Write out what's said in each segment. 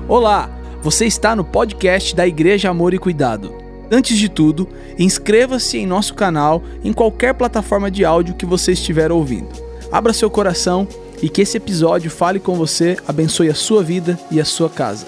Olá, você está no podcast da Igreja Amor e Cuidado. Antes de tudo, inscreva-se em nosso canal em qualquer plataforma de áudio que você estiver ouvindo. Abra seu coração e que esse episódio fale com você, abençoe a sua vida e a sua casa.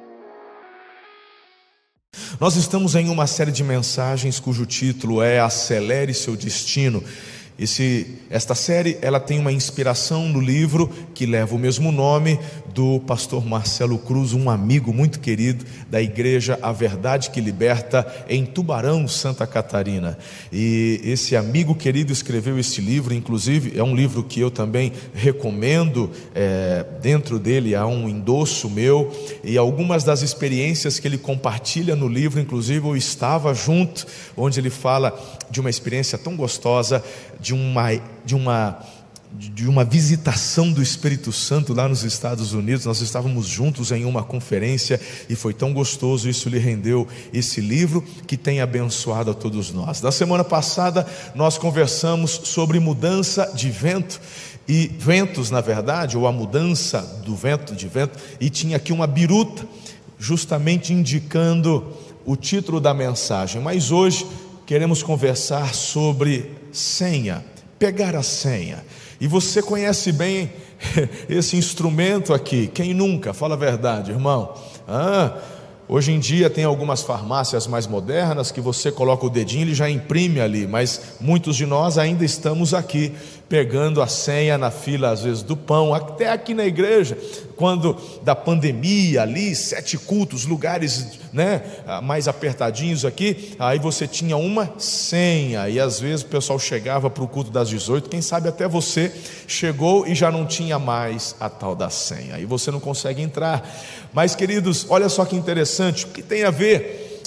Nós estamos em uma série de mensagens cujo título é Acelere Seu Destino. Esta série ela tem uma inspiração no livro que leva o mesmo nome do pastor Marcelo Cruz, um amigo muito querido da igreja A Verdade que Liberta, em Tubarão, Santa Catarina. E esse amigo querido escreveu este livro, inclusive é um livro que eu também recomendo. Dentro dele há um endosso meu e algumas das experiências que ele compartilha no livro, inclusive eu estava junto, onde ele fala de uma experiência tão gostosa, de uma visitação do Espírito Santo lá nos Estados Unidos. Nós estávamos juntos em uma conferência e foi tão gostoso, isso lhe rendeu esse livro que tem abençoado a todos nós. Na semana passada nós conversamos sobre mudança de vento e ventos, na verdade, ou a mudança do vento, de vento, e tinha aqui uma biruta justamente indicando o título da mensagem. Mas hoje queremos conversar sobre senha, pegar a senha. E você conhece bem esse instrumento aqui, quem nunca? Fala a verdade, irmão. Hoje em dia tem algumas farmácias mais modernas que você coloca o dedinho e ele já imprime ali, mas muitos de nós ainda estamos aqui pegando a senha na fila, às vezes do pão, até aqui na igreja, quando da pandemia ali, 7 cultos, lugares, mais apertadinhos aqui, aí você tinha uma senha, e às vezes o pessoal chegava para o culto das 18, quem sabe até você chegou e já não tinha mais a tal da senha, aí você não consegue entrar. Mas queridos, olha só que interessante, o que tem a ver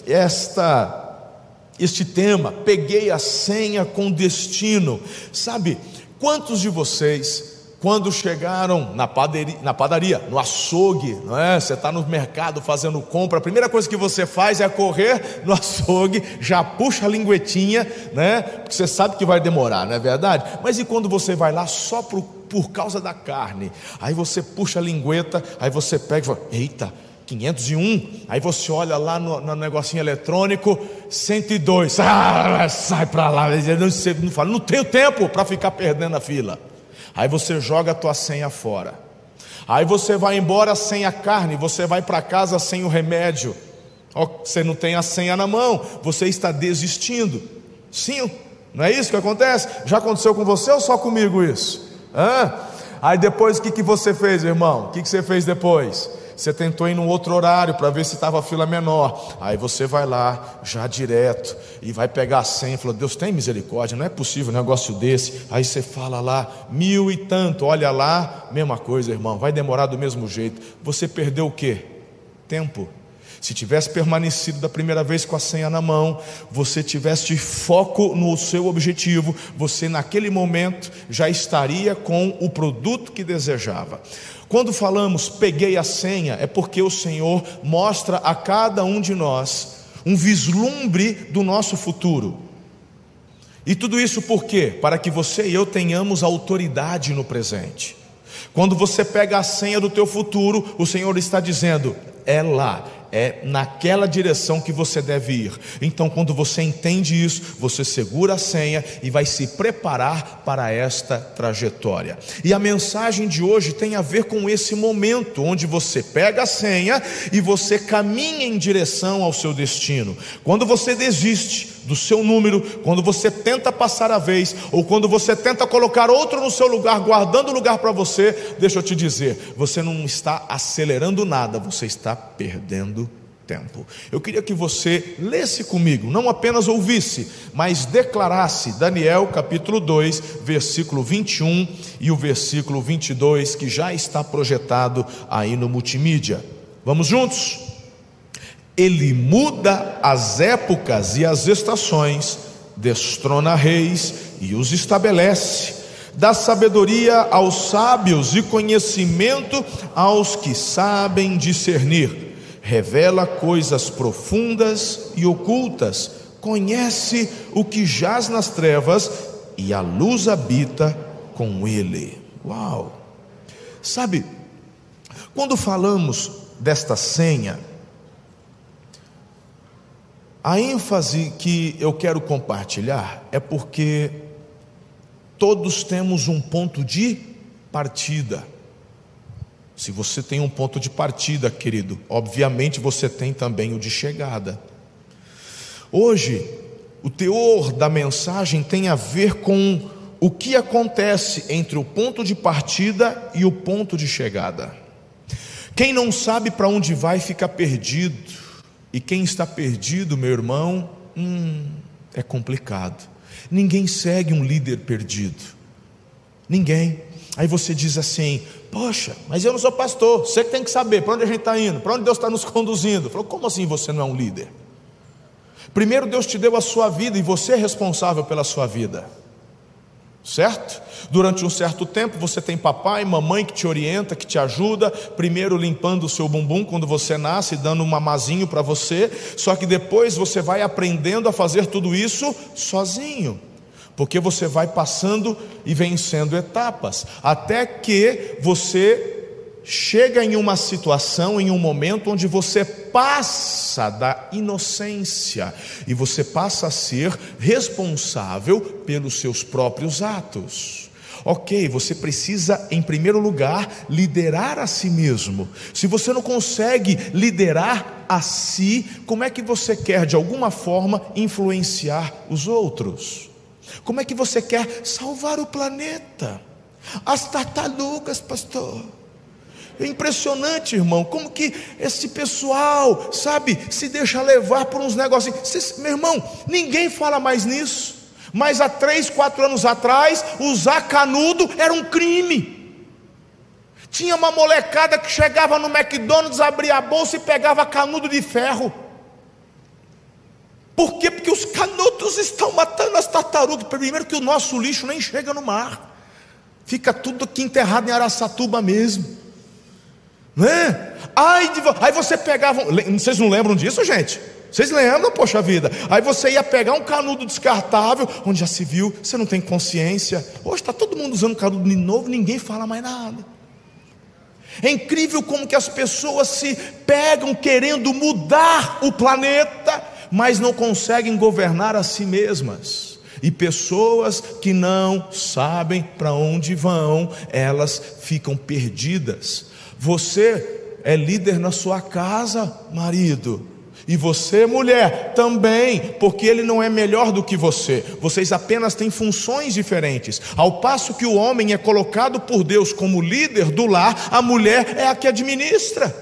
este tema, peguei a senha com destino. Sabe, quantos de vocês, quando chegaram na padaria, no açougue, não é? Você está no mercado fazendo compra, a primeira coisa que você faz é correr no açougue, já puxa a linguetinha, né? Porque você sabe que vai demorar, não é verdade? Mas e quando você vai lá só por causa da carne? Aí você puxa a lingueta, aí você pega e fala, eita, 501, aí você olha lá no negocinho eletrônico, 102, sai para lá, não fala, não tenho tempo para ficar perdendo a fila. Aí você joga a tua senha fora, aí você vai embora sem a carne, você vai para casa sem o remédio, você não tem a senha na mão, você está desistindo. Sim, não é isso que acontece? Já aconteceu com você ou só comigo isso? Aí depois o que você fez, irmão? O que você fez depois? Você tentou ir num outro horário para ver se estava a fila menor. Aí você vai lá, já direto, e vai pegar a senha e fala, Deus tem misericórdia, não é possível um negócio desse. Aí você fala lá, 1000 e tanto, olha lá, mesma coisa, irmão, vai demorar do mesmo jeito. Você perdeu o quê? Tempo. Se tivesse permanecido da primeira vez com a senha na mão, você tivesse foco no seu objetivo, você naquele momento já estaria com o produto que desejava. Quando falamos peguei a senha, é porque o Senhor mostra a cada um de nós um vislumbre do nosso futuro. E tudo isso por quê? Para que você e eu tenhamos autoridade no presente. Quando você pega a senha do teu futuro, o Senhor está dizendo, é lá, é naquela direção que você deve ir. Então quando você entende isso, você segura a senha e vai se preparar para esta trajetória. E a mensagem de hoje tem a ver com esse momento onde você pega a senha e você caminha em direção ao seu destino. Quando você desiste do seu número, quando você tenta passar a vez, ou quando você tenta colocar outro no seu lugar, guardando lugar para você, deixa eu te dizer, você não está acelerando nada, você está perdendo tempo. Eu queria que você lesse comigo, não apenas ouvisse, mas declarasse Daniel capítulo 2, versículo 21 e o versículo 22, que já está projetado aí no multimídia. Vamos juntos? Ele muda as épocas e as estações, destrona reis e os estabelece, dá sabedoria aos sábios e conhecimento aos que sabem discernir, revela coisas profundas e ocultas, conhece o que jaz nas trevas e a luz habita com ele. Uau! Sabe, quando falamos desta senha, a ênfase que eu quero compartilhar é porque todos temos um ponto de partida. Se você tem um ponto de partida, querido, obviamente você tem também o de chegada. Hoje, o teor da mensagem tem a ver com o que acontece entre o ponto de partida e o ponto de chegada. Quem não sabe para onde vai fica perdido. E quem está perdido, meu irmão, é complicado. Ninguém segue um líder perdido. Ninguém. Aí você diz assim: poxa, mas eu não sou pastor. Você que tem que saber para onde a gente está indo, para onde Deus está nos conduzindo. Falou: como assim você não é um líder? Primeiro Deus te deu a sua vida e você é responsável pela sua vida, certo? Durante um certo tempo você tem papai, mamãe que te orienta, que te ajuda, primeiro limpando o seu bumbum quando você nasce, dando um mamazinho para você. Só que depois você vai aprendendo a fazer tudo isso sozinho, porque você vai passando e vencendo etapas, até que você chega em uma situação, em um momento onde você passa da inocência e você passa a ser responsável pelos seus próprios atos. Ok, você precisa em primeiro lugar liderar a si mesmo. Se você não consegue liderar a si, como é que você quer de alguma forma influenciar os outros? Como é que você quer salvar o planeta? As tartarugas, pastor. É impressionante, irmão, como que esse pessoal, sabe, se deixa levar por uns negócios. Meu irmão, ninguém fala mais nisso. Mas há 3, 4 anos atrás, usar canudo era um crime. Tinha uma molecada que chegava no McDonald's, abria a bolsa e pegava canudo de ferro. Por quê? Porque os canudos estão matando as tartarugas. Primeiro que o nosso lixo nem chega no mar, fica tudo aqui enterrado em Araçatuba mesmo, não é? Aí você pegava, vocês não lembram disso, gente? Vocês lembram, poxa vida? Aí você ia pegar um canudo descartável, onde já se viu, você não tem consciência. Hoje está todo mundo usando canudo de novo, ninguém fala mais nada. É incrível como que as pessoas se pegam querendo mudar o planeta, mas não conseguem governar a si mesmas. E pessoas que não sabem para onde vão, elas ficam perdidas. Você é líder na sua casa, marido, e você, mulher, também, porque ele não é melhor do que você. Vocês apenas têm funções diferentes. Ao passo que o homem é colocado por Deus como líder do lar, a mulher é a que administra.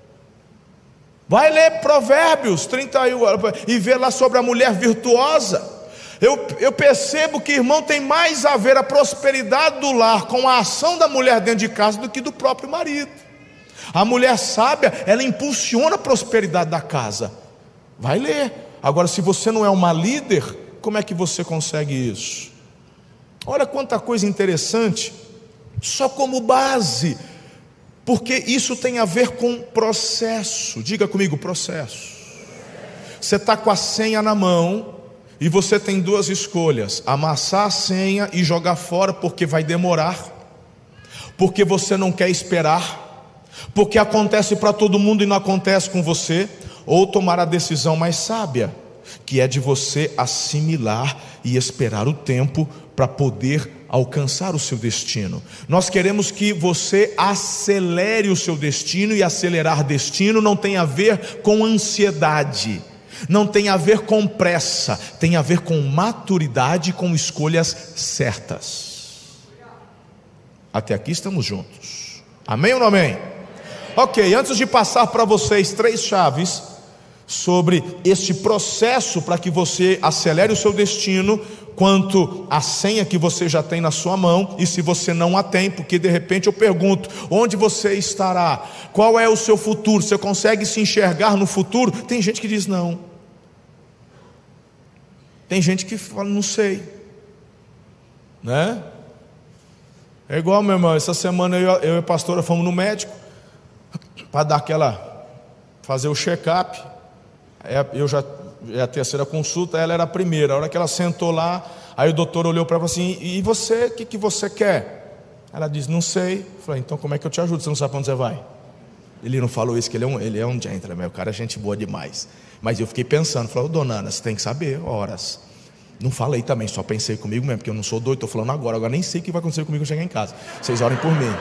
Vai ler Provérbios 31 e ver lá sobre a mulher virtuosa. Eu percebo que, irmão, tem mais a ver a prosperidade do lar com a ação da mulher dentro de casa do que do próprio marido. A mulher sábia, ela impulsiona a prosperidade da casa. Vai ler. Agora, se você não é uma líder, como é que você consegue isso? Olha quanta coisa interessante, só como base, porque isso tem a ver com processo. Diga comigo, processo. Você está com a senha na mão e você tem duas escolhas: amassar a senha e jogar fora porque vai demorar, porque você não quer esperar, porque acontece para todo mundo e não acontece com você, ou tomar a decisão mais sábia, que é de você assimilar e esperar o tempo para poder alcançar o seu destino. Nós queremos que você acelere o seu destino, e acelerar destino não tem a ver com ansiedade, não tem a ver com pressa, tem a ver com maturidade, com escolhas certas. Até aqui estamos juntos, amém ou não amém? Ok, antes de passar para vocês 3 chaves sobre este processo para que você acelere o seu destino, quanto à senha que você já tem na sua mão, e se você não a tem, porque de repente eu pergunto: onde você estará? Qual é o seu futuro? Você consegue se enxergar no futuro? Tem gente que diz não. Tem gente que fala, não sei, né? É igual, meu irmão, essa semana eu e a pastora fomos no médico para dar fazer o check-up. Eu já é a terceira consulta, ela era a primeira. A hora que ela sentou lá, aí o doutor olhou para ela assim: e você, o que você quer? Ela disse: não sei. Eu falei: então como é que eu te ajudo? Você não sabe para onde você vai? Ele não falou isso, que ele é um gentleman, o cara é gente boa demais. Mas eu fiquei pensando, falei, dona Ana, você tem que saber horas. Não falei também, só pensei comigo mesmo, porque eu não sou doido, estou falando agora nem sei o que vai acontecer comigo quando chegar em casa. Vocês orem por mim.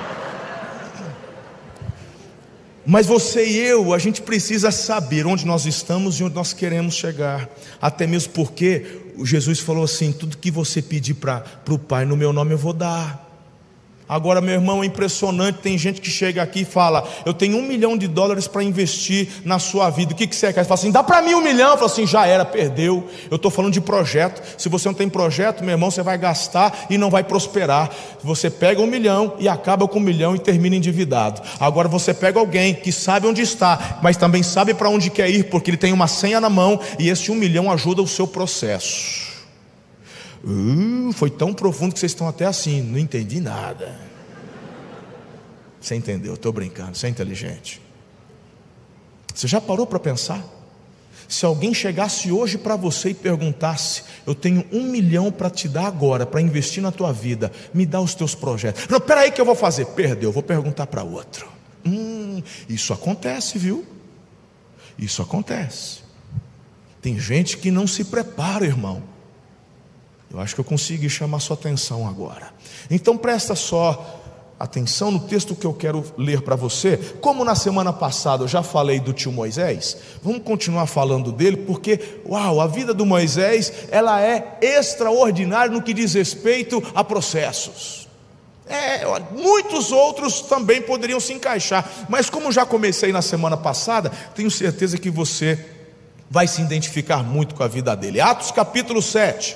Mas você e eu, a gente precisa saber onde nós estamos e onde nós queremos chegar. Até mesmo porque Jesus falou assim, tudo que você pedir para o Pai no meu nome eu vou dar. Agora, meu irmão, é impressionante, tem gente que chega aqui e fala, eu tenho $1 milhão para investir na sua vida, o que você quer? Ele fala assim, dá para mim $1 milhão, eu falo assim, já era, perdeu. Eu estou falando de projeto. Se você não tem projeto, meu irmão, você vai gastar e não vai prosperar. Você pega $1 milhão e acaba com $1 milhão e termina endividado. Agora você pega alguém que sabe onde está, mas também sabe para onde quer ir, porque ele tem uma senha na mão, e esse $1 milhão ajuda o seu processo. Foi tão profundo que vocês estão até assim, não entendi nada. Você entendeu, estou brincando, você é inteligente. Você já parou para pensar? Se alguém chegasse hoje para você e perguntasse, eu tenho $1 milhão para te dar agora, para investir na tua vida, me dá os teus projetos. Não, peraí que eu vou fazer. Perdeu, vou perguntar para outro. Isso acontece, viu? Isso acontece. Tem gente que não se prepara, irmão. Eu acho que eu consegui chamar sua atenção agora. Então presta só atenção no texto que eu quero ler para você. Como na semana passada eu já falei do tio Moisés, vamos continuar falando dele, porque a vida do Moisés, ela é extraordinária no que diz respeito a processos. Muitos outros também poderiam se encaixar, mas como já comecei na semana passada, tenho certeza que você vai se identificar muito com a vida dele. Atos capítulo 7.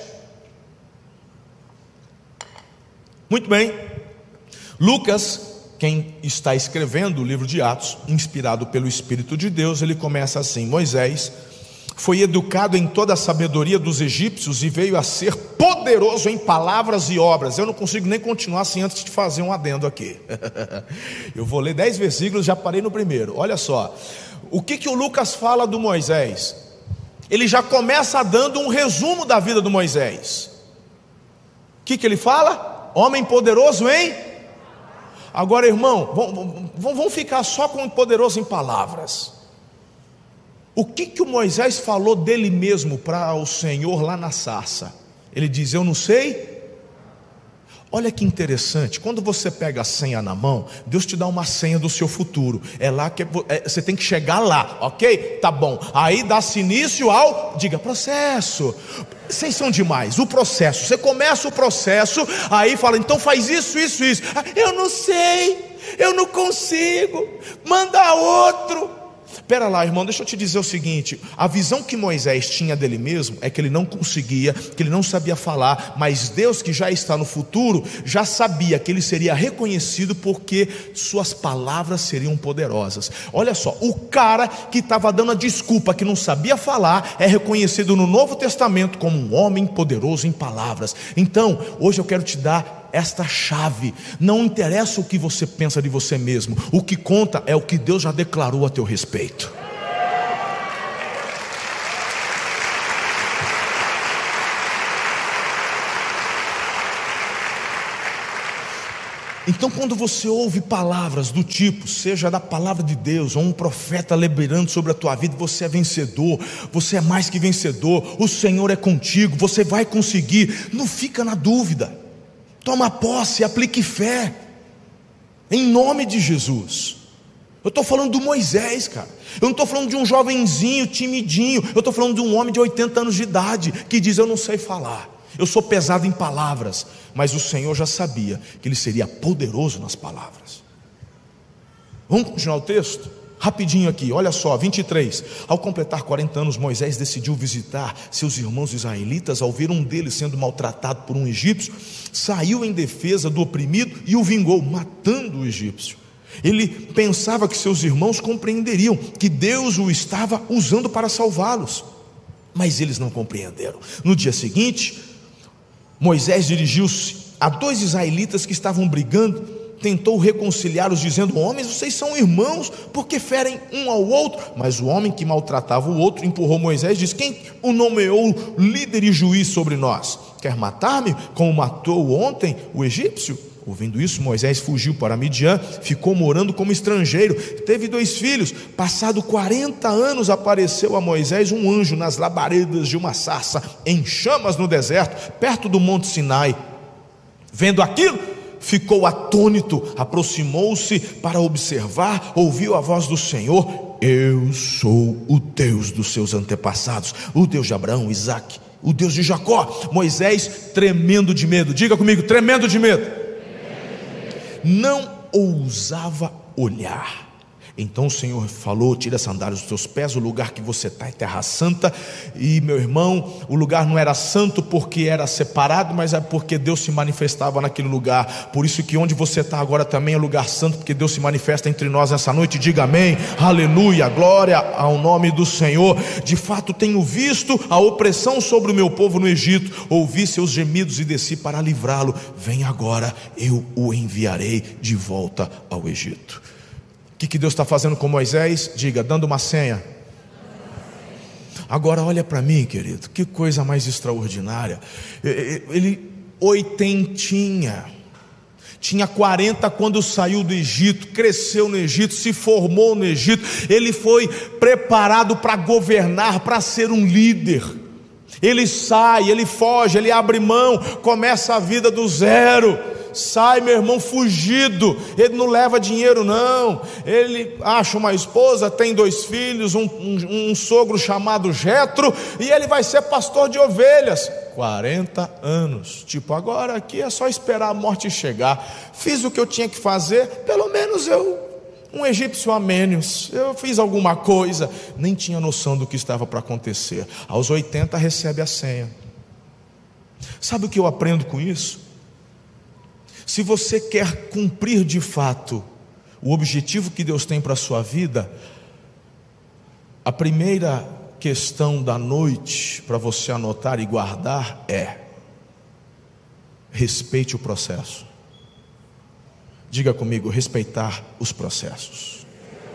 Muito bem, Lucas, quem está escrevendo o livro de Atos, inspirado pelo Espírito de Deus, ele começa assim: Moisés foi educado em toda a sabedoria dos egípcios e veio a ser poderoso em palavras e obras. Eu não consigo nem continuar assim antes de fazer um adendo aqui. Eu vou ler 10 versículos, já parei no primeiro. Olha só, o que o Lucas fala do Moisés? Ele já começa dando um resumo da vida do Moisés. O que ele fala? Homem poderoso em... Agora, irmão, vamos ficar só com o poderoso em palavras. O que o Moisés falou dele mesmo para o Senhor lá na sarça? Ele diz, eu não sei. Olha que interessante, quando você pega a senha na mão, Deus te dá uma senha do seu futuro. É lá que você tem que chegar lá, ok? Tá bom, aí dá-se início ao, diga, processo. Vocês são demais, o processo. Você começa o processo, aí fala, então faz isso. Eu não sei, eu não consigo, manda outro. Espera lá, irmão, deixa eu te dizer o seguinte: a visão que Moisés tinha dele mesmo é que ele não conseguia, que ele não sabia falar, mas Deus, que já está no futuro, já sabia que ele seria reconhecido porque suas palavras seriam poderosas. Olha só, o cara que estava dando a desculpa que não sabia falar é reconhecido no Novo Testamento como um homem poderoso em palavras. Então, hoje eu quero te dar esta chave. Não interessa o que você pensa de você mesmo, o que conta é o que Deus já declarou a teu respeito. Então, quando você ouve palavras do tipo, seja da palavra de Deus, ou um profeta liberando sobre a tua vida, você é vencedor, você é mais que vencedor, o Senhor é contigo, você vai conseguir, não fica na dúvida. Toma posse, aplique fé, em nome de Jesus. Eu estou falando do Moisés, cara. Eu não estou falando de um jovenzinho timidinho. Eu estou falando de um homem de 80 anos de idade que diz, eu não sei falar, eu sou pesado em palavras. Mas o Senhor já sabia que ele seria poderoso nas palavras. Vamos continuar o texto? Rapidinho aqui, olha só, 23. Ao completar 40 anos, Moisés decidiu visitar seus irmãos israelitas. Ao ver um deles sendo maltratado por um egípcio, saiu em defesa do oprimido e o vingou, matando o egípcio. Ele pensava que seus irmãos compreenderiam que Deus o estava usando para salvá-los, mas eles não compreenderam. No dia seguinte, Moisés dirigiu-se a 2 israelitas que estavam brigando, tentou reconciliá-los dizendo, homens, vocês são irmãos, porque ferem um ao outro? Mas o homem que maltratava o outro empurrou Moisés e disse, quem o nomeou líder e juiz sobre nós? Quer matar-me como matou ontem o egípcio? Ouvindo isso, Moisés fugiu para Midian, ficou morando como estrangeiro, teve 2 filhos. Passado 40 anos, apareceu a Moisés um anjo nas labaredas de uma sarça, em chamas no deserto, perto do monte Sinai. Vendo aquilo, ficou atônito, aproximou-se para observar, ouviu a voz do Senhor: eu sou o Deus dos seus antepassados, o Deus de Abraão, Isaque, o Deus de Jacó. Moisés, tremendo de medo, diga comigo, tremendo de medo, não ousava olhar. Então o Senhor falou: tira as sandálias dos teus pés, o lugar que você está é terra santa. E meu irmão, o lugar não era santo porque era separado, mas é porque Deus se manifestava naquele lugar. Por isso que onde você está agora também é lugar santo, porque Deus se manifesta entre nós nessa noite. Diga amém, aleluia, glória ao nome do Senhor. De fato tenho visto a opressão sobre o meu povo no Egito, ouvi seus gemidos e desci para livrá-lo. Vem agora, eu o enviarei de volta ao Egito. O que Deus está fazendo com Moisés? Diga, dando uma senha. Agora olha para mim, querido, que coisa mais extraordinária. Ele oitentinha, tinha 40 quando saiu do Egito, cresceu no Egito, se formou no Egito. Ele foi preparado para governar, para ser um líder. Ele sai, ele foge, ele abre mão, começa a vida do zero. Sai, meu irmão, fugido. Ele não leva dinheiro não, ele acha uma esposa, tem 2 filhos, um sogro chamado Jetro, e ele vai ser pastor de ovelhas. 40 anos, tipo, agora aqui é só esperar a morte chegar. Fiz o que eu tinha que fazer, pelo menos um egípcio a menos, eu fiz alguma coisa. Nem tinha noção do que estava para acontecer. Aos 80 recebe a senha. Sabe o que eu aprendo com isso? Se você quer cumprir de fato o objetivo que Deus tem para a sua vida, a primeira questão da noite para você anotar e guardar é: respeite o processo. Diga comigo, respeitar os processos.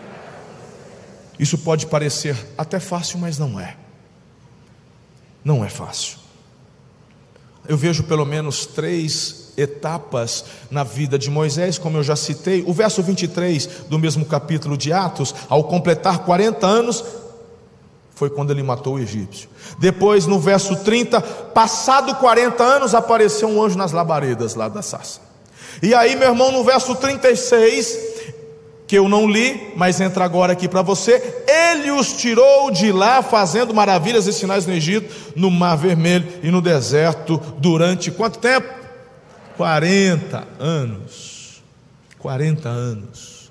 Isso pode parecer até fácil, mas não é. Não é fácil. Eu vejo pelo menos 3 etapas na vida de Moisés, como eu já citei. O verso 23 do mesmo capítulo de Atos: ao completar 40 anos, foi quando ele matou o egípcio. Depois no verso 30, passado 40 anos, apareceu um anjo nas labaredas lá da sarça. E aí, meu irmão, no verso 36, que eu não li, mas entra agora aqui para você: ele os tirou de lá, fazendo maravilhas e sinais no Egito, no Mar Vermelho e no deserto, durante quanto tempo? 40 anos. 40 anos.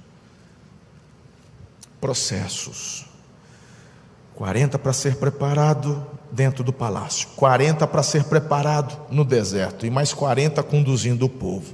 Processos. 40 para ser preparado dentro do palácio, 40 para ser preparado no deserto, e mais 40 conduzindo o povo.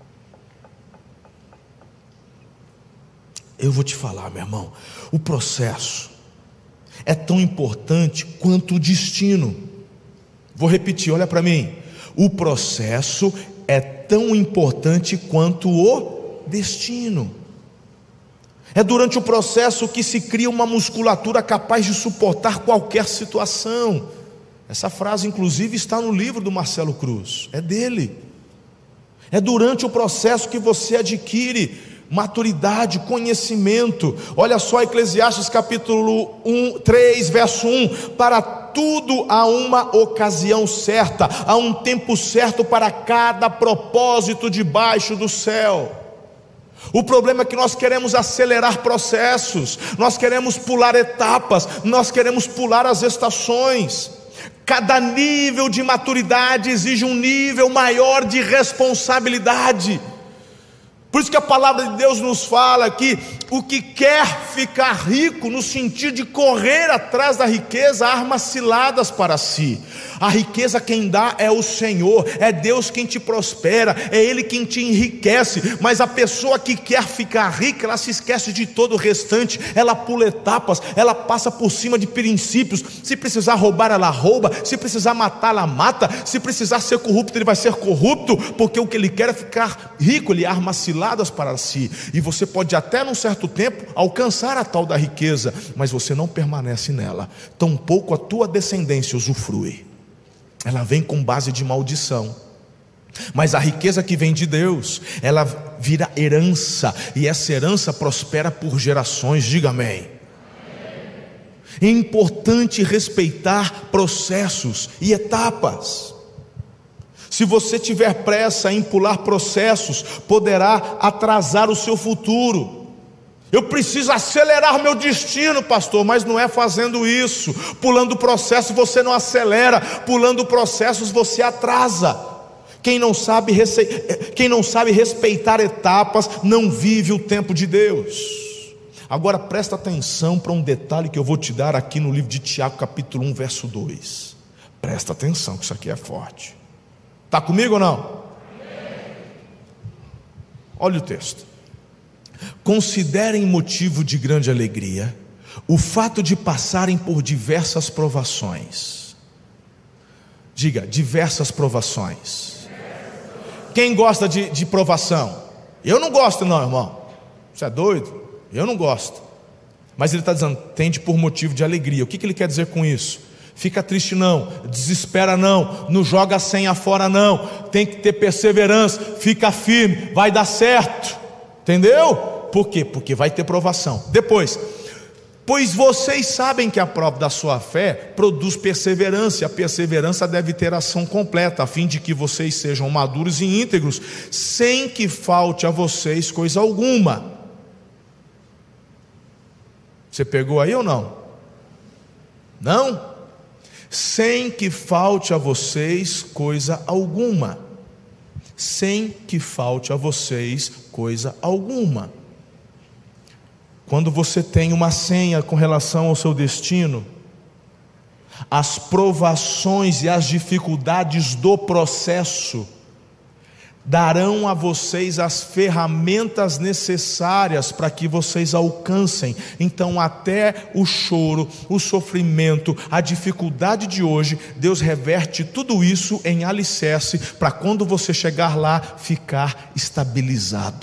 Eu vou te falar, meu irmão, o processo é tão importante quanto o destino. Vou repetir, olha para mim. O processo é tão importante quanto o destino. É durante o processo que se cria uma musculatura capaz de suportar qualquer situação. Essa frase inclusive está no livro do Marcelo Cruz, é dele. É durante o processo que você adquire maturidade, conhecimento. Olha só, Eclesiastes capítulo 3, verso 1: para tudo há uma ocasião certa, há um tempo certo para cada propósito debaixo do céu. O problema é que nós queremos acelerar processos, nós queremos pular etapas, nós queremos pular as estações. Cada nível de maturidade exige um nível maior de responsabilidade. Por isso que a palavra de Deus nos fala que o que quer ficar rico, no sentido de correr atrás da riqueza, arma ciladas para si. A riqueza quem dá é o Senhor, é Deus quem te prospera, é Ele quem te enriquece. Mas a pessoa que quer ficar rica, ela se esquece de todo o restante, ela pula etapas, ela passa por cima de princípios. Se precisar roubar, ela rouba, se precisar matar, ela mata, se precisar ser corrupto, ele vai ser corrupto, porque o que ele quer é ficar rico, ele arma ciladas para si. E você pode até num certo tempo alcançar a tal da riqueza, mas você não permanece nela, tampouco a tua descendência usufrui. Ela vem com base de maldição. Mas a riqueza que vem de Deus, ela vira herança, e essa herança prospera por gerações. Diga amém. É importante respeitar processos e etapas. Se você tiver pressa em pular processos, poderá atrasar o seu futuro. Eu preciso acelerar meu destino, pastor, mas não é fazendo isso. Pulando processos você não acelera, pulando processos você atrasa. Quem não sabe respeitar etapas não vive o tempo de Deus. Agora presta atenção para um detalhe que eu vou te dar aqui no livro de Tiago, capítulo 1, verso 2. Presta atenção que isso aqui é forte. Está comigo ou não? Olha o texto. Considerem motivo de grande alegria o fato de passarem por diversas provações. Diga, diversas provações. Quem gosta de provação? Eu não gosto não, irmão. Você é doido? Eu não gosto. Mas ele está dizendo, tende por motivo de alegria. O que ele quer dizer com isso? Fica triste não, desespera não joga a senha fora não, tem que ter perseverança, fica firme, vai dar certo. Entendeu? Por quê? Porque vai ter provação. Depois, pois vocês sabem que a prova da sua fé produz perseverança, e a perseverança deve ter ação completa, a fim de que vocês sejam maduros e íntegros, sem que falte a vocês coisa alguma. Você pegou aí ou não? Não? Sem que falte a vocês coisa alguma. Sem que falte a vocês coisa alguma. Quando você tem uma senha com relação ao seu destino, as provações e as dificuldades do processo darão a vocês as ferramentas necessárias para que vocês alcancem. Então até o choro, o sofrimento, a dificuldade de hoje, Deus reverte tudo isso em alicerce para quando você chegar lá, ficar estabilizado,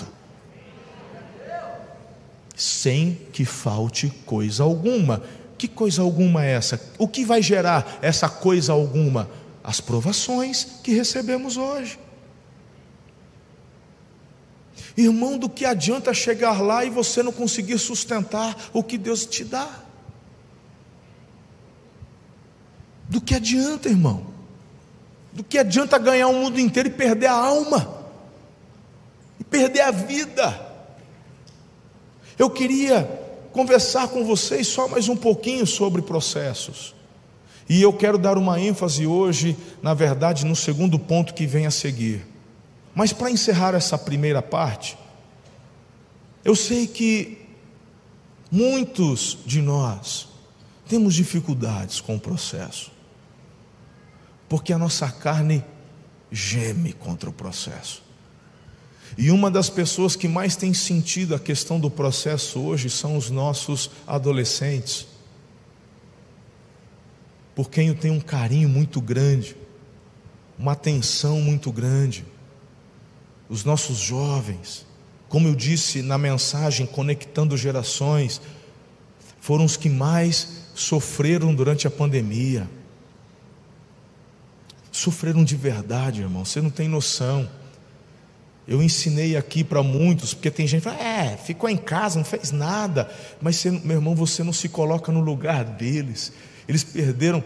sem que falte coisa alguma. Que coisa alguma é essa? O que vai gerar essa coisa alguma? As provações que recebemos hoje. Irmão, do que adianta chegar lá e você não conseguir sustentar o que Deus te dá? Do que adianta, irmão? Do que adianta ganhar o mundo inteiro e perder a alma? E perder a vida? Eu queria conversar com vocês só mais um pouquinho sobre processos. E eu quero dar uma ênfase hoje, na verdade, no segundo ponto que vem a seguir. Mas para encerrar essa primeira parte, eu sei que muitos de nós temos dificuldades com o processo, porque a nossa carne geme contra o processo. E uma das pessoas que mais tem sentido a questão do processo hoje são os nossos adolescentes, por quem eu tenho um carinho muito grande, uma atenção muito grande. Os nossos jovens, como eu disse na mensagem Conectando Gerações, foram os que mais sofreram durante a pandemia. Sofreram de verdade, irmão, você não tem noção. Eu ensinei aqui para muitos, porque tem gente que fala, ficou em casa, não fez nada. Mas você, meu irmão, você não se coloca no lugar deles. Eles perderam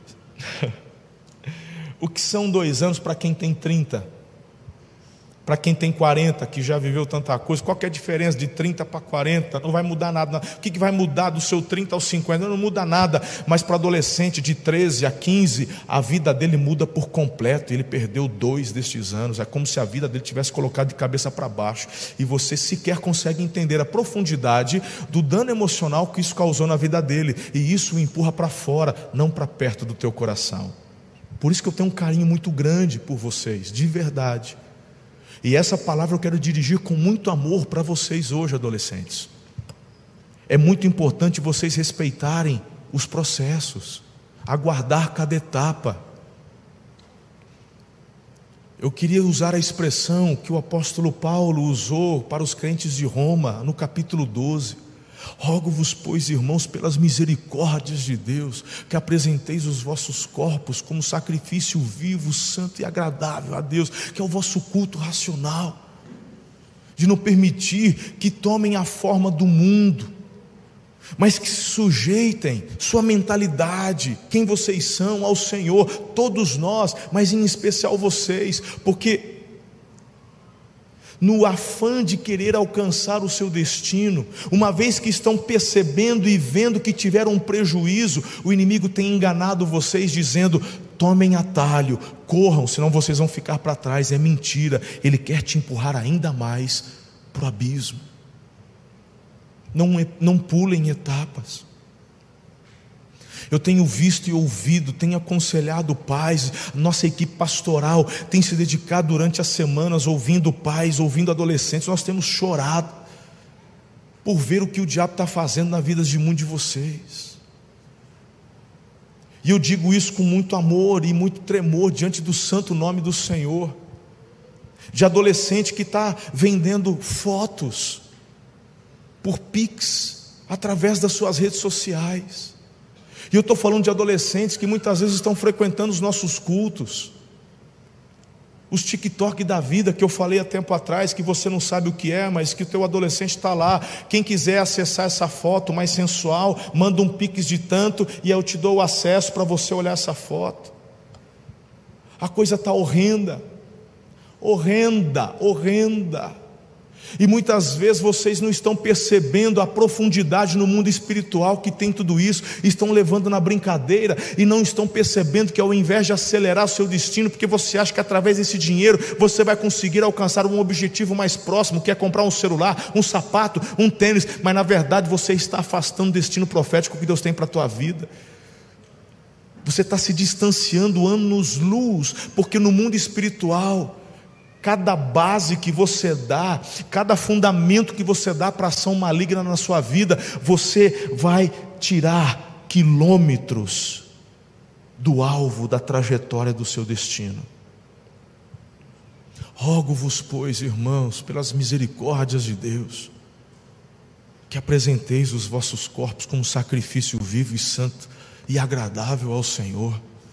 o que são 2 anos para quem tem 30. Para quem tem 40, que já viveu tanta coisa, qual que é a diferença de 30 para 40? Não vai mudar nada. O que vai mudar do seu 30 aos 50? Não muda nada. Mas para adolescente de 13 a 15, a vida dele muda por completo. Ele perdeu 2 destes anos. É como se a vida dele tivesse colocado de cabeça para baixo. E você sequer consegue entender a profundidade do dano emocional que isso causou na vida dele. E isso o empurra para fora, não para perto do teu coração. Por isso que eu tenho um carinho muito grande por vocês, de verdade. E essa palavra eu quero dirigir com muito amor para vocês hoje, adolescentes. É muito importante vocês respeitarem os processos, aguardar cada etapa. Eu queria usar a expressão que o apóstolo Paulo usou para os crentes de Roma, no capítulo 12. Rogo-vos, pois, irmãos, pelas misericórdias de Deus, que apresenteis os vossos corpos como sacrifício vivo, santo e agradável a Deus, que é o vosso culto racional, de não permitir que tomem a forma do mundo, mas que se sujeitem sua mentalidade, quem vocês são, ao Senhor. Todos nós, mas em especial vocês, porque no afã de querer alcançar o seu destino, uma vez que estão percebendo e vendo que tiveram um prejuízo, o inimigo tem enganado vocês dizendo: tomem atalho, corram, senão vocês vão ficar para trás. É mentira, ele quer te empurrar ainda mais para o abismo. Não pulem etapas. Eu tenho visto e ouvido, tenho aconselhado pais, nossa equipe pastoral tem se dedicado durante as semanas ouvindo pais, ouvindo adolescentes. Nós temos chorado por ver o que o diabo está fazendo na vida de muitos de vocês. E eu digo isso com muito amor e muito tremor diante do santo nome do Senhor, de adolescente que está vendendo fotos por Pix, através das suas redes sociais. E eu estou falando de adolescentes que muitas vezes estão frequentando os nossos cultos, os TikTok da vida, que eu falei há tempo atrás, que você não sabe o que é, mas que o teu adolescente está lá. Quem quiser acessar essa foto mais sensual, manda um pix de tanto, e eu te dou o acesso para você olhar essa foto. A coisa está horrenda, horrenda, horrenda. E muitas vezes vocês não estão percebendo a profundidade no mundo espiritual que tem tudo isso, estão levando na brincadeira e não estão percebendo que, ao invés de acelerar o seu destino, porque você acha que através desse dinheiro você vai conseguir alcançar um objetivo mais próximo, que é comprar um celular, um sapato, um tênis, mas na verdade você está afastando o destino profético que Deus tem para a tua vida. Você está se distanciando anos-luz, porque no mundo espiritual, cada base que você dá, cada fundamento que você dá para ação maligna na sua vida, você vai tirar quilômetros do alvo, da trajetória do seu destino. Rogo-vos, pois, irmãos, pelas misericórdias de Deus, que apresenteis os vossos corpos como sacrifício vivo e santo e agradável ao Senhor.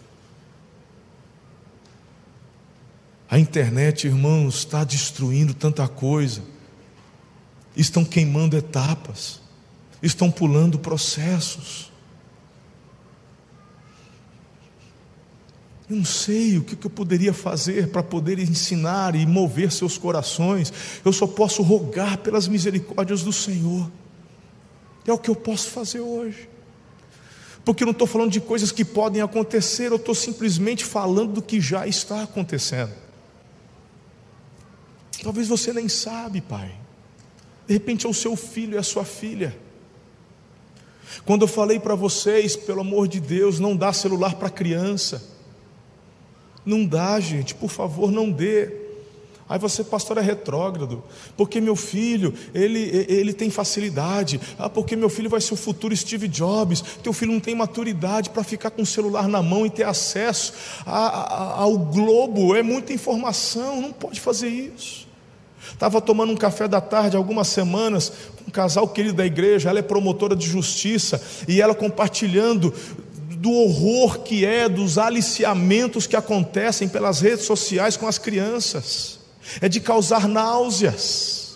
A internet, irmãos, está destruindo tanta coisa. Estão queimando etapas, estão pulando processos. Eu não sei o que eu poderia fazer para poder ensinar e mover seus corações. Eu só posso rogar pelas misericórdias do Senhor. É o que eu posso fazer hoje. Porque eu não estou falando de coisas que podem acontecer, eu estou simplesmente falando do que já está acontecendo. Talvez você nem sabe, pai. De repente é o seu filho e a sua filha. Quando eu falei para vocês, pelo amor de Deus, não dá celular para criança. Não dá, gente, por favor, não dê. Aí você, pastor, é retrógrado, porque meu filho, ele tem facilidade, porque meu filho vai ser o futuro Steve Jobs. Teu filho não tem maturidade para ficar com o celular na mão e ter acesso ao globo, é muita informação, não pode fazer isso. Estava tomando um café da tarde há algumas semanas com um casal querido da igreja, ela é promotora de justiça, e ela compartilhando do horror que é, dos aliciamentos que acontecem pelas redes sociais com as crianças. É de causar náuseas.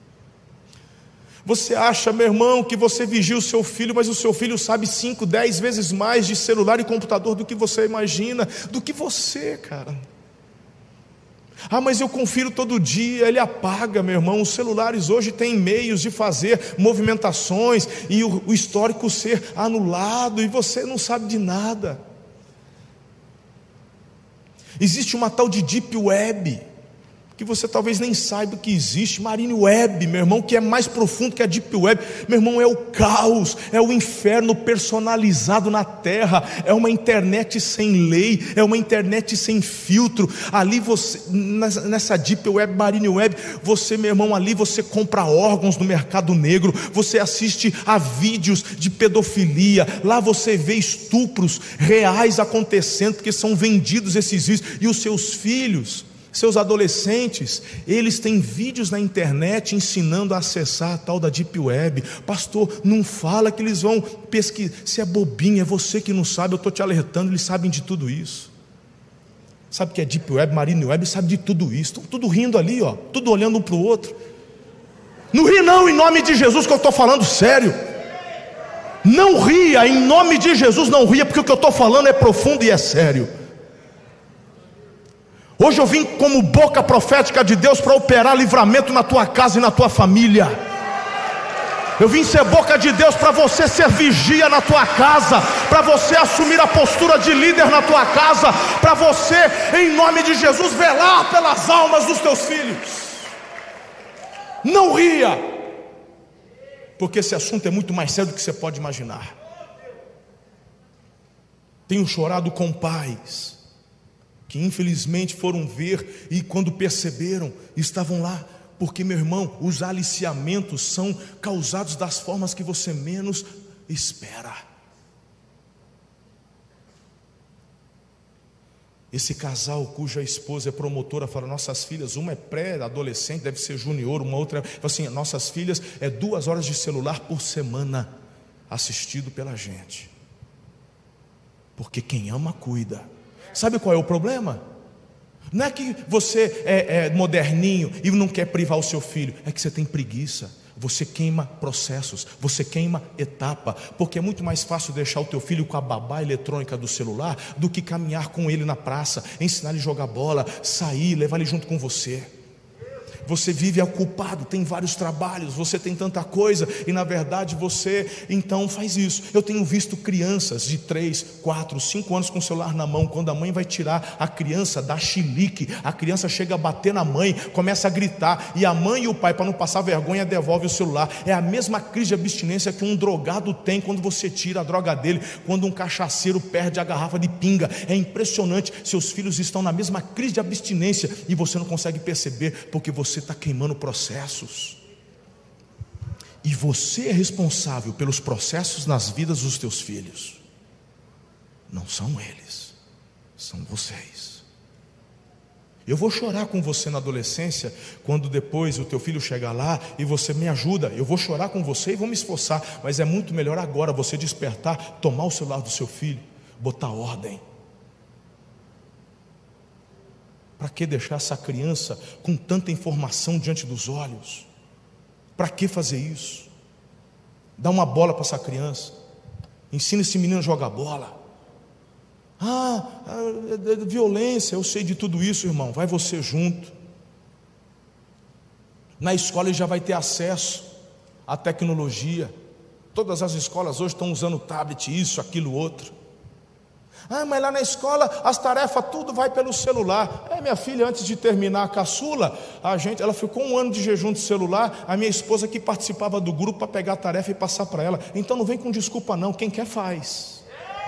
Você acha, meu irmão, que você vigia o seu filho, mas o seu filho sabe 5, 10 vezes mais de celular e computador do que você imagina, do que você, cara. Mas eu confiro todo dia. Ele apaga, meu irmão. Os celulares hoje têm meios de fazer movimentações e o histórico ser anulado, e você não sabe de nada. Existe uma tal de Deep Web, que você talvez nem saiba que existe. Marine Web, meu irmão, que é mais profundo que a Deep Web. Meu irmão, é o caos, é o inferno personalizado na terra. É uma internet sem lei, é uma internet sem filtro. Ali você, nessa Deep Web, Marine Web, você, meu irmão, ali você compra órgãos no mercado negro, você assiste a vídeos de pedofilia, lá você vê estupros reais acontecendo, porque são vendidos esses vídeos, e os seus filhos Seus adolescentes, eles têm vídeos na internet ensinando a acessar a tal da Deep Web. Pastor, não fala que eles vão pesquisar. Se é bobinho, é você que não sabe, eu estou te alertando, eles sabem de tudo isso. Sabe o que é Deep Web, Marine Web, sabe de tudo isso. Estão tudo rindo ali, ó, tudo olhando um para o outro. Não ri não, em nome de Jesus, que eu estou falando sério. Não ria, em nome de Jesus não ria, porque o que eu estou falando é profundo e é sério. Hoje eu vim como boca profética de Deus para operar livramento na tua casa e na tua família. Eu vim ser boca de Deus para você ser vigia na tua casa, para você assumir a postura de líder na tua casa, para você, em nome de Jesus, velar pelas almas dos teus filhos. Não ria, porque esse assunto é muito mais sério do que você pode imaginar. Tenho chorado com pais que infelizmente foram ver e quando perceberam, estavam lá, porque, meu irmão, os aliciamentos são causados das formas que você menos espera. Esse casal cuja esposa é promotora fala, nossas filhas, uma é pré-adolescente, deve ser junior, uma outra, assim, nossas filhas é 2 horas de celular por semana assistido pela gente, porque quem ama cuida. Sabe qual é o problema? Não é que você é moderninho e não quer privar o seu filho, é que você tem preguiça. Você queima processos, você queima etapa, porque é muito mais fácil deixar o teu filho com a babá eletrônica do celular do que caminhar com ele na praça, ensinar ele a jogar bola, sair, levar ele junto com você. Você vive ocupado, tem vários trabalhos, você tem tanta coisa, e na verdade você então faz isso. Eu tenho visto crianças de 3, 4, 5 anos com o celular na mão. Quando a mãe vai tirar, a criança dá chilique, a criança chega a bater na mãe, começa a gritar, e a mãe e o pai, para não passar vergonha, devolve o celular. É a mesma crise de abstinência que um drogado tem quando você tira a droga dele, quando um cachaceiro perde a garrafa de pinga. É impressionante, seus filhos estão na mesma crise de abstinência e você não consegue perceber, porque você está queimando processos. E você é responsável pelos processos nas vidas dos teus filhos. Não são eles, são vocês. Eu vou chorar com você na adolescência, quando depois o teu filho chegar lá e você me ajuda. Eu vou chorar com você e vou me esforçar, mas é muito melhor agora você despertar, tomar o celular do seu filho, botar ordem. Para que deixar essa criança com tanta informação diante dos olhos? Para que fazer isso? Dá uma bola para essa criança, ensina esse menino a jogar bola. Violência, eu sei de tudo isso, irmão, vai você junto. Na escola ele já vai ter acesso à tecnologia. Todas as escolas hoje estão usando tablet, isso, aquilo, outro. Mas lá na escola as tarefas tudo vai pelo celular. Minha filha, antes de terminar a caçula, ela ficou 1 ano de jejum de celular. A minha esposa que participava do grupo para pegar a tarefa e passar para ela. Então não vem com desculpa não, quem quer faz.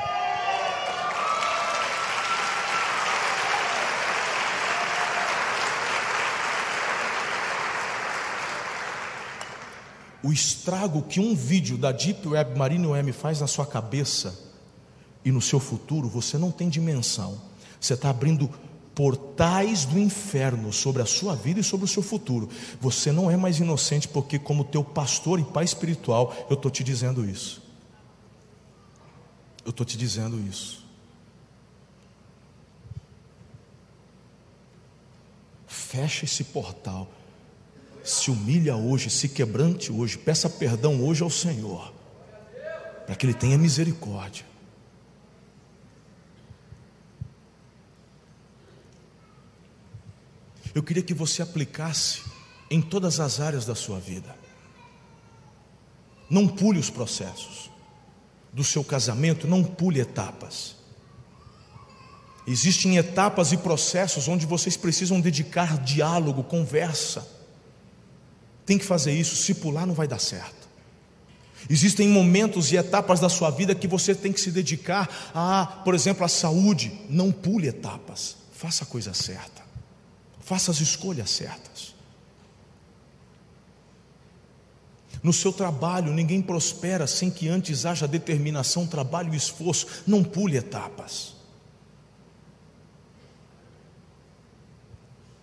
O estrago que um vídeo da Deep Web, Marine Web faz na sua cabeça e no seu futuro, você não tem dimensão. Você está abrindo portais do inferno sobre a sua vida e sobre o seu futuro. Você não é mais inocente, porque como teu pastor e pai espiritual, eu estou te dizendo isso. Eu estou te dizendo isso. Fecha esse portal. Se humilha hoje, se quebrante hoje, peça perdão hoje ao Senhor, para que Ele tenha misericórdia. Eu queria que você aplicasse em todas as áreas da sua vida. Não pule os processos do seu casamento, não pule etapas. Existem etapas e processos onde vocês precisam dedicar diálogo, conversa. Tem que fazer isso, se pular não vai dar certo. Existem momentos e etapas da sua vida que você tem que se dedicar por exemplo, à saúde. Não pule etapas, faça a coisa certa. Faça as escolhas certas. No seu trabalho, ninguém prospera sem que antes haja determinação, trabalho e esforço. Não pule etapas.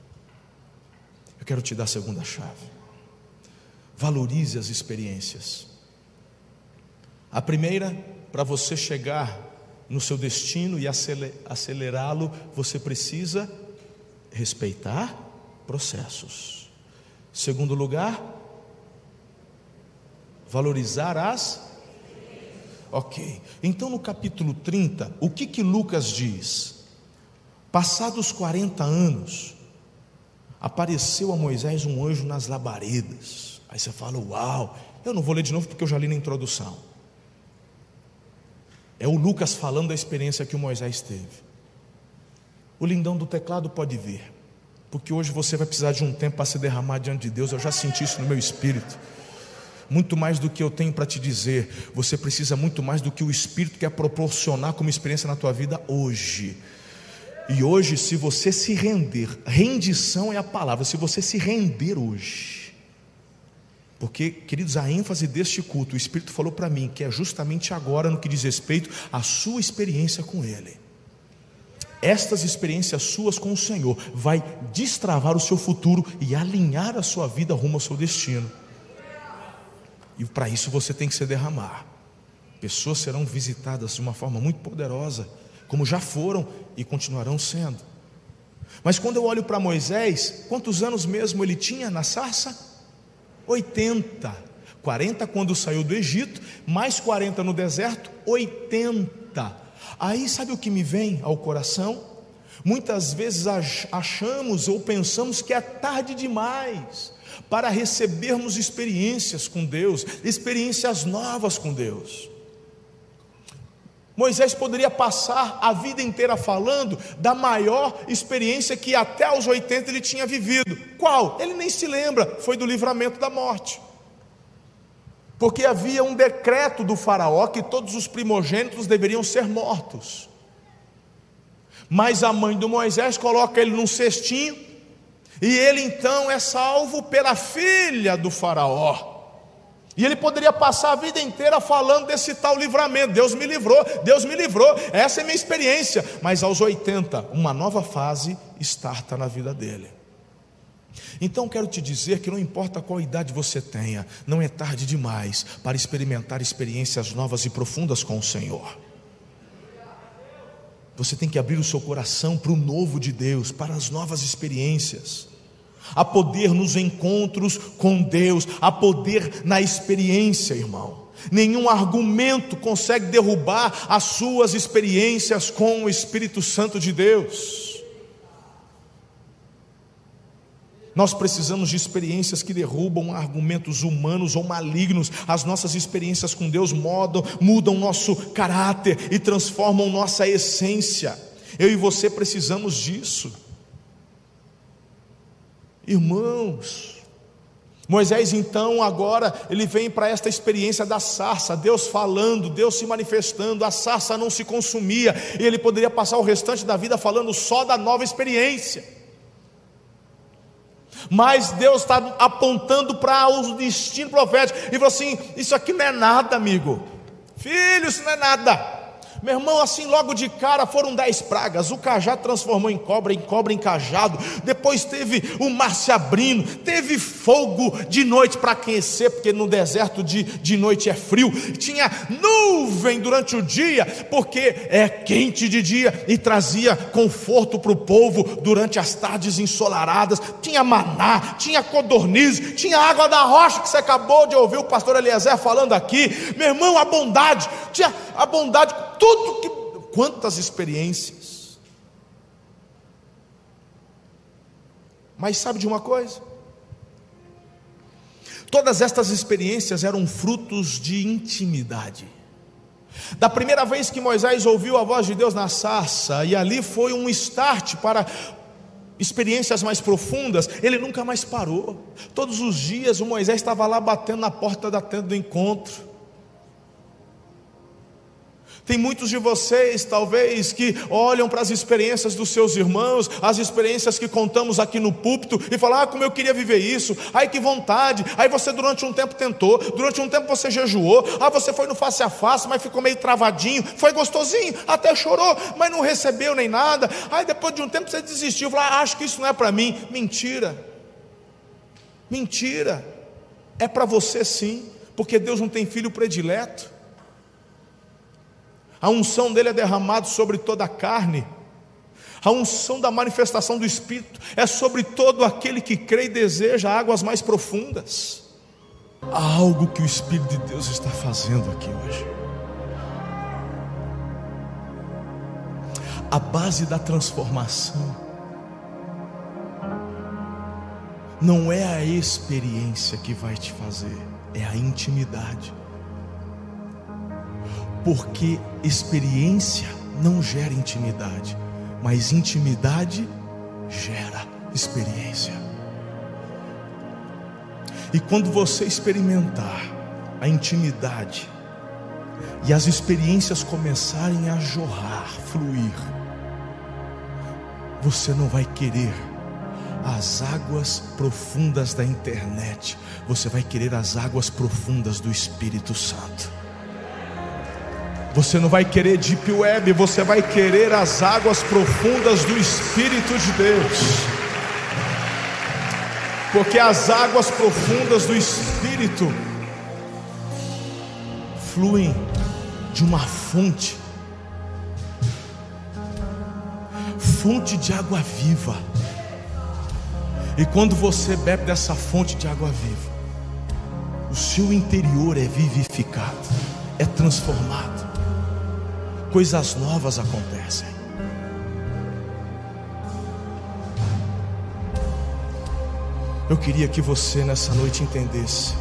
quero te dar a segunda chave. Valorize as experiências. A primeira, para você chegar no seu destino e acelerá-lo, você precisa respeitar processos. Segundo lugar, valorizar as... Ok, então no capítulo 30, o que Lucas diz? Passados 40 anos, apareceu a Moisés um anjo nas labaredas. Aí você fala, uau, eu não vou ler de novo porque eu já li na introdução. É o Lucas falando da experiência que o Moisés teve. O lindão do teclado pode vir, porque hoje você vai precisar de um tempo para se derramar diante de Deus. Eu já senti isso no meu espírito. Muito mais do que eu tenho para te dizer, você precisa muito mais do que o Espírito quer proporcionar como experiência na tua vida hoje. E hoje, se você se render, rendição é a palavra, se você se render hoje, porque, queridos, a ênfase deste culto, o Espírito falou para mim que é justamente agora no que diz respeito à sua experiência com Ele. Estas experiências suas com o Senhor vai destravar o seu futuro e alinhar a sua vida rumo ao seu destino. E para isso você tem que se derramar. Pessoas serão visitadas de uma forma muito poderosa, como já foram e continuarão sendo. Mas quando eu olho para Moisés, quantos anos mesmo ele tinha na sarça? 80. 40 quando saiu do Egito, mais 40 no deserto, 80. Aí sabe o que me vem ao coração? Muitas vezes achamos ou pensamos que é tarde demais para recebermos experiências com Deus, experiências novas com Deus. Moisés poderia passar a vida inteira falando da maior experiência que até os 80 ele tinha vivido. Qual? Ele nem se lembra, foi do livramento da morte. Porque havia um decreto do faraó que todos os primogênitos deveriam ser mortos. Mas a mãe do Moisés coloca ele num cestinho, e ele então é salvo pela filha do faraó. E ele poderia passar a vida inteira falando desse tal livramento. Deus me livrou, Deus me livrou, essa é a minha experiência. Mas aos 80, uma nova fase starta na vida dele. Então quero te dizer que não importa qual idade você tenha, não é tarde demais para experimentar experiências novas e profundas com o Senhor. Você tem que abrir o seu coração para o novo de Deus, para as novas experiências. Há poder nos encontros com Deus, há poder na experiência, irmão. Nenhum argumento consegue derrubar as suas experiências com o Espírito Santo de Deus. Nós precisamos de experiências que derrubam argumentos humanos ou malignos. As nossas experiências com Deus mudam nosso caráter e transformam nossa essência. Eu e você precisamos disso. Irmãos, Moisés então agora ele vem para esta experiência da sarça, Deus falando, Deus se manifestando, a sarça não se consumia, e ele poderia passar o restante da vida falando só da nova experiência. Mas Deus está apontando para o destino profético, e falou assim: isso aqui não é nada, amigo, filho, isso não é nada. Meu irmão, assim logo de cara foram 10 pragas, o cajado transformou em cobra em cajado, depois teve o mar se abrindo, teve fogo de noite para aquecer, porque no deserto de noite é frio, tinha nuvem durante o dia, porque é quente de dia, e trazia conforto para o povo durante as tardes ensolaradas, tinha maná, tinha codorniz, tinha água da rocha, que você acabou de ouvir o pastor Eliezer falando aqui. Meu irmão, a bondade, tinha a bondade, tudo que... Quantas experiências. Mas sabe de uma coisa? Todas estas experiências eram frutos de intimidade. Da primeira vez que Moisés ouviu a voz de Deus na sarça, e ali foi um start para experiências mais profundas, ele nunca mais parou. Todos os dias o Moisés estava lá batendo na porta da tenda do encontro. Tem muitos de vocês, talvez, que olham para as experiências dos seus irmãos, as experiências que contamos aqui no púlpito, e falam: ah, como eu queria viver isso, ai que vontade. Aí você durante um tempo tentou, durante um tempo você jejuou, você foi no face a face, mas ficou meio travadinho, foi gostosinho, até chorou, mas não recebeu nem nada. Aí depois de um tempo você desistiu, falou: acho que isso não é para mim. Mentira. Mentira. É para você sim, porque Deus não tem filho predileto. A unção dele é derramada sobre toda a carne. A unção da manifestação do Espírito é sobre todo aquele que crê e deseja águas mais profundas. Há algo que o Espírito de Deus está fazendo aqui hoje. A base da transformação não é a experiência que vai te fazer, é a intimidade. Porque experiência não gera intimidade, mas intimidade gera experiência. E quando você experimentar a intimidade e as experiências começarem a jorrar, fluir, você não vai querer as águas profundas da internet, você vai querer as águas profundas do Espírito Santo. Você não vai querer deep web, você vai querer as águas profundas do Espírito de Deus. Porque as águas profundas do Espírito fluem de uma fonte de água viva. E quando você bebe dessa fonte de água viva, o seu interior é vivificado, é transformado. Coisas novas acontecem. Eu queria que você nessa noite entendesse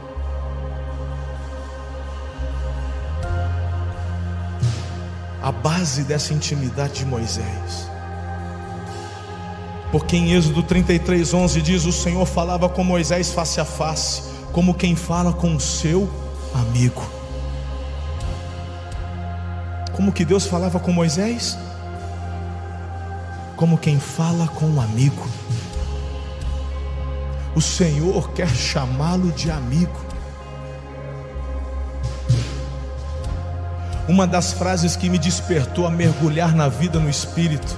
a base dessa intimidade de Moisés. Porque em Êxodo 33:11 diz: o Senhor falava com Moisés face a face, como quem fala com o seu amigo. Como que Deus falava com Moisés? Como quem fala com um amigo. O Senhor quer chamá-lo de amigo. Uma das frases que me despertou a mergulhar na vida no Espírito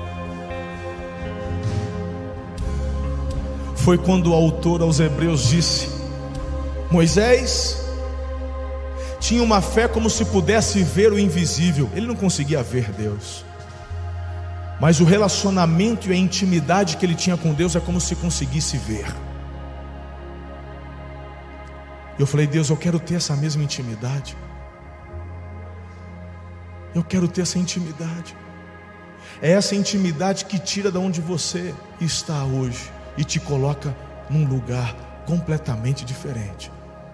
foi quando o autor aos Hebreus disse: Moisés tinha uma fé como se pudesse ver o invisível. Ele não conseguia ver Deus, mas o relacionamento e a intimidade que ele tinha com Deus é como se conseguisse ver. Eu falei: Deus, eu quero ter essa mesma intimidade. Eu quero ter essa intimidade. É essa intimidade que tira de onde você está hoje e te coloca num lugar completamente diferente.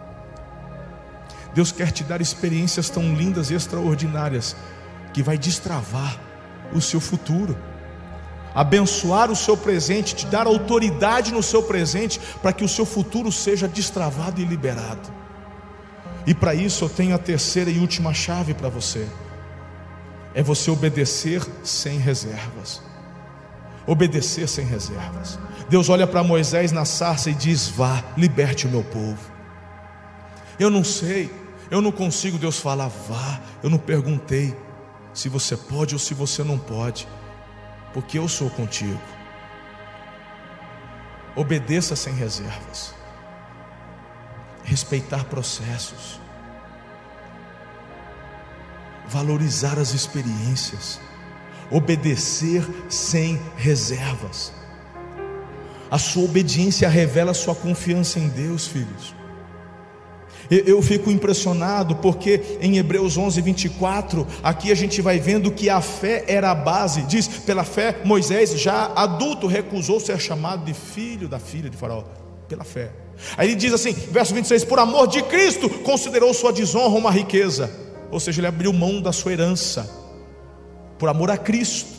Deus quer te dar experiências tão lindas e extraordinárias que vai destravar o seu futuro, abençoar o seu presente, te dar autoridade no seu presente, para que o seu futuro seja destravado e liberado. E para isso eu tenho a terceira e última chave para você: é você obedecer sem reservas. Obedecer sem reservas. Deus olha para Moisés na sarça e diz: vá, liberte o meu povo. Eu não sei, eu não consigo. Deus fala: vá. Eu não perguntei se você pode ou se você não pode, porque eu sou contigo. Obedeça sem reservas. Respeitar processos, valorizar as experiências, obedecer sem reservas. A sua obediência revela a sua confiança em Deus, filhos. Eu fico impressionado porque em Hebreus 11:24, aqui a gente vai vendo que a fé era a base. Diz: pela fé Moisés, já adulto, recusou ser chamado de filho da filha de Faraó. Pela fé. Aí ele diz assim, verso 26: por amor de Cristo considerou sua desonra uma riqueza. Ou seja, ele abriu mão da sua herança por amor a Cristo.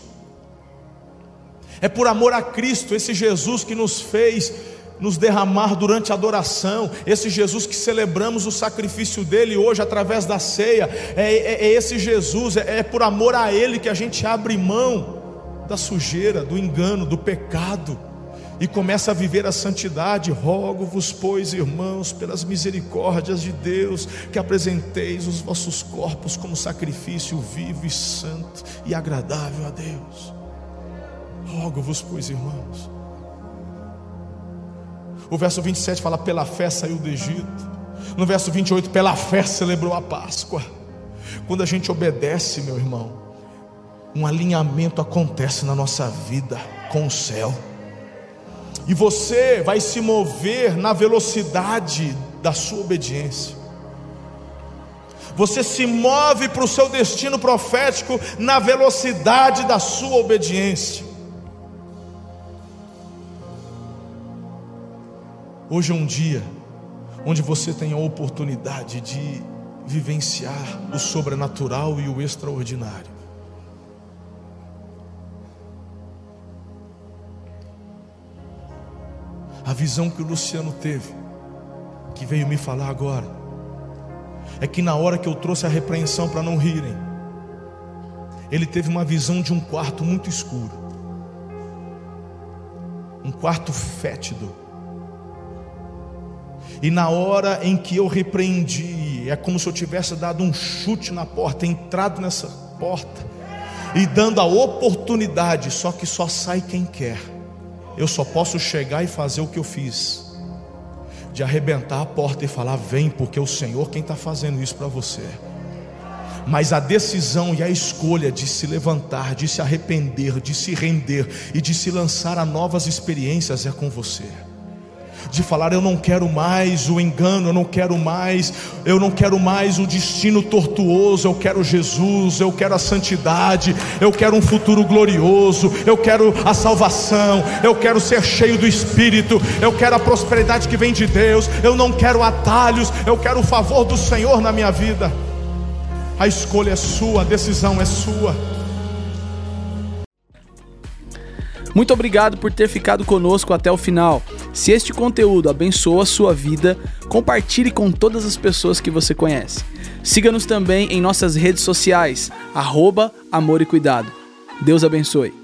É por amor a Cristo, esse Jesus que nos fez nos derramar durante a adoração, esse Jesus que celebramos o sacrifício dele hoje através da ceia, é esse Jesus, é por amor a ele que a gente abre mão da sujeira, do engano, do pecado, e começa a viver a santidade. Rogo-vos, pois, irmãos, pelas misericórdias de Deus, que apresenteis os vossos corpos como sacrifício vivo e santo e agradável a Deus. Rogo-vos, pois, irmãos. O verso 27 fala: pela fé saiu do Egito. No verso 28, pela fé celebrou a Páscoa. Quando a gente obedece, meu irmão, um alinhamento acontece na nossa vida com o céu. E você vai se mover na velocidade da sua obediência. Você se move para o seu destino profético na velocidade da sua obediência. Hoje é um dia onde você tem a oportunidade de vivenciar o sobrenatural e o extraordinário. A visão que o Luciano teve, que veio me falar agora, é que na hora que eu trouxe a repreensão para não rirem, ele teve uma visão de um quarto muito escuro, um quarto fétido. E na hora em que eu repreendi, é como se eu tivesse dado um chute na porta, entrado nessa porta e dando a oportunidade, só que só sai quem quer. Eu só posso chegar e fazer o que eu fiz, de arrebentar a porta e falar: vem, porque é o Senhor quem está fazendo isso para você. Mas a decisão e a escolha de se levantar, de se arrepender, de se render e de se lançar a novas experiências é com você. De falar: eu não quero mais o engano, eu não quero mais o destino tortuoso, eu quero Jesus, eu quero a santidade, eu quero um futuro glorioso, eu quero a salvação, eu quero ser cheio do Espírito, eu quero a prosperidade que vem de Deus, eu não quero atalhos, eu quero o favor do Senhor na minha vida. A escolha é sua, a decisão é sua. Muito obrigado por ter ficado conosco até o final. Se este conteúdo abençoa a sua vida, compartilhe com todas as pessoas que você conhece. Siga-nos também em nossas redes sociais, @Amor e Cuidado. Deus abençoe.